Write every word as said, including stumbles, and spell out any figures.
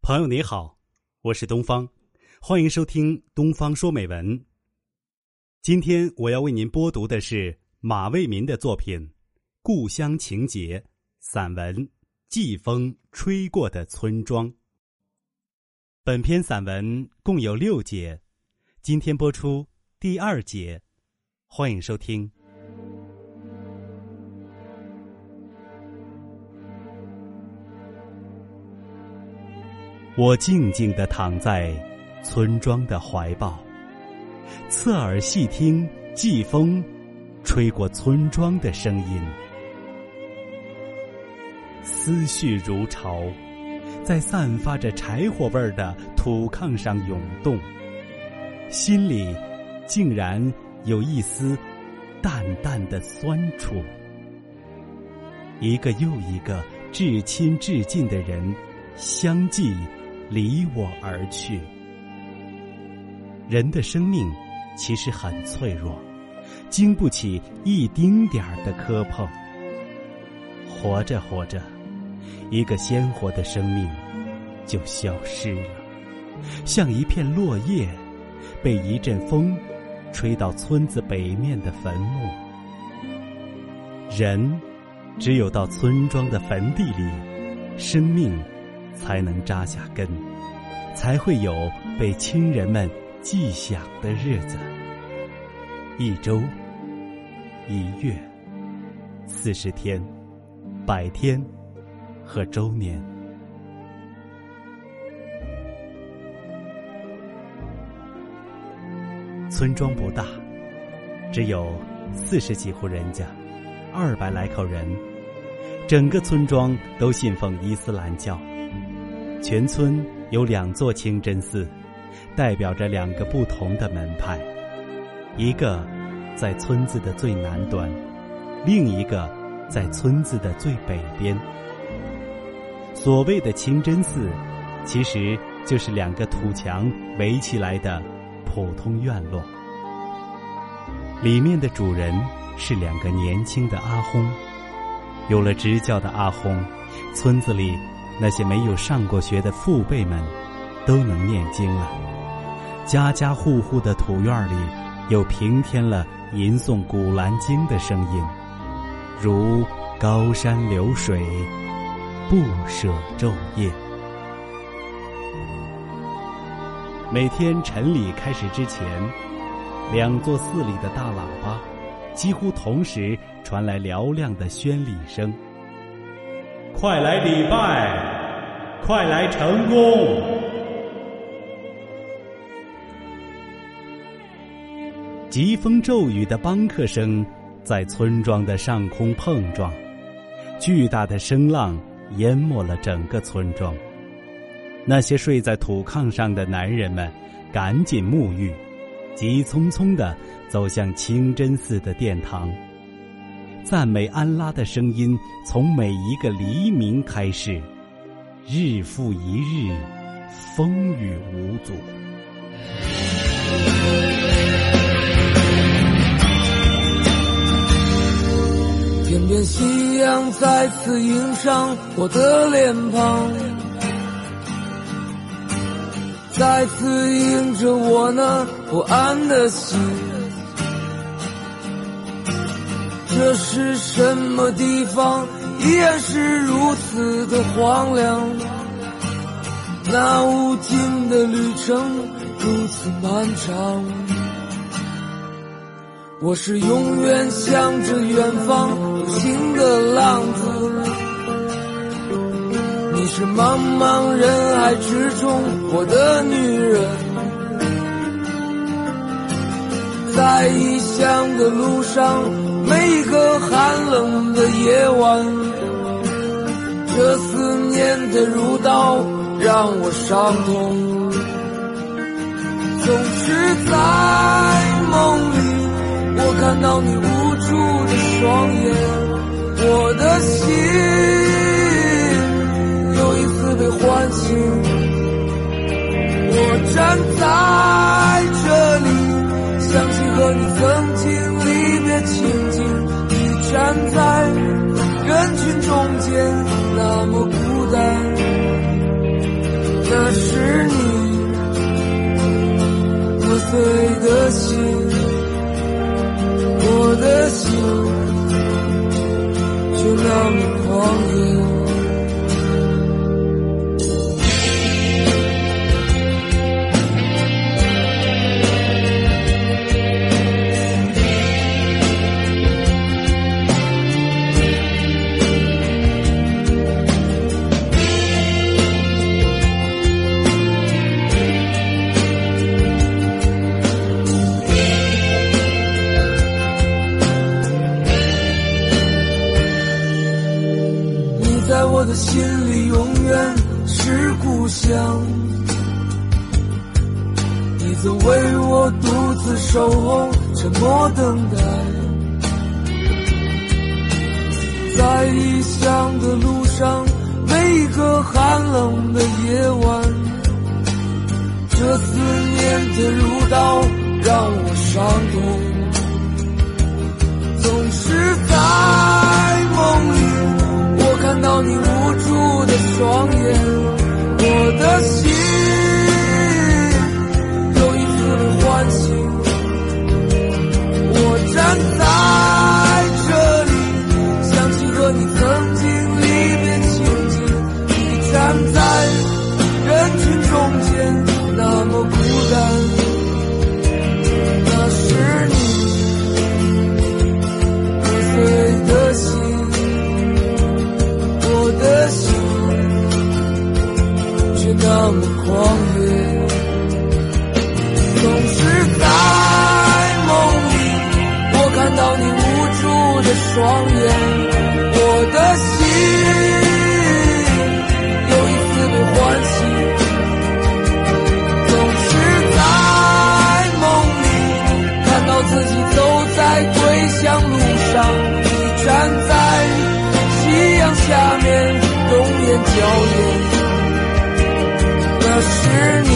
朋友你好，我是东方，欢迎收听东方说美文。今天我要为您播读的是马卫民的作品《故乡情结》散文《季风吹过的村庄》。本篇散文共有六节，今天播出第二节，欢迎收听。我静静地躺在村庄的怀抱，侧耳细听季风吹过村庄的声音，思绪如潮，在散发着柴火味儿的土炕上涌动，心里竟然有一丝淡淡的酸楚。一个又一个至亲至近的人相继离我而去。人的生命其实很脆弱，经不起一丁点儿的磕碰。活着活着，一个鲜活的生命就消失了，像一片落叶被一阵风吹到村子北面的坟墓。人只有到村庄的坟地里，生命才能扎下根，才会有被亲人们记想的日子。一周，一月，四十天，百天和周年。村庄不大，只有四十几户人家，二百来口人。整个村庄都信奉伊斯兰教，全村有两座清真寺，代表着两个不同的门派，一个在村子的最南端，另一个在村子的最北边。所谓的清真寺，其实就是两个土墙围起来的普通院落，里面的主人是两个年轻的阿訇。有了执教的阿訇，村子里那些没有上过学的父辈们都能念经了，家家户户的土院里又平添了吟诵古兰经的声音，如高山流水，不舍昼夜。每天晨礼开始之前，两座寺里的大喇叭几乎同时传来嘹亮的宣礼声：快来礼拜，快来成功。疾风骤雨的邦克声在村庄的上空碰撞，巨大的声浪淹没了整个村庄。那些睡在土炕上的男人们赶紧沐浴，急匆匆地走向清真寺的殿堂。赞美安拉的声音从每一个黎明开始，日复一日，风雨无阻。 天边夕阳再次映上我的脸庞，再次映着我那不安的心。这是什么地方，依然是如此的荒凉，那无尽的旅程如此漫长。我是永远向着远方游行的浪子，你是茫茫人海之中我的女人。在异乡的路上，每一个寒冷的夜晚，这思念的如刀让我伤痛。总是在梦里，我看到你无助的双眼，我的心又一次被唤醒。我站在这里，想起和你曾经离别情景，你站在人群中间，那么孤单。那故乡，你曾为我独自守候，沉默等待。在异乡的路上，每一个寒冷的夜晚，这思念的如刀让我伤痛。总是在梦里，我看到你无助的双眼，我的心又一次被唤醒。我站在这里，想起和你曾经离别情景，你站在人群中间，那么孤单。那是你破碎的心，我的心却那么狂野。总是在梦里，我看到你无助的双眼，我的心又一次被唤醒。总是在梦里，看到自己走在归乡路上，你站在夕阳下面，容颜娇艳。那是你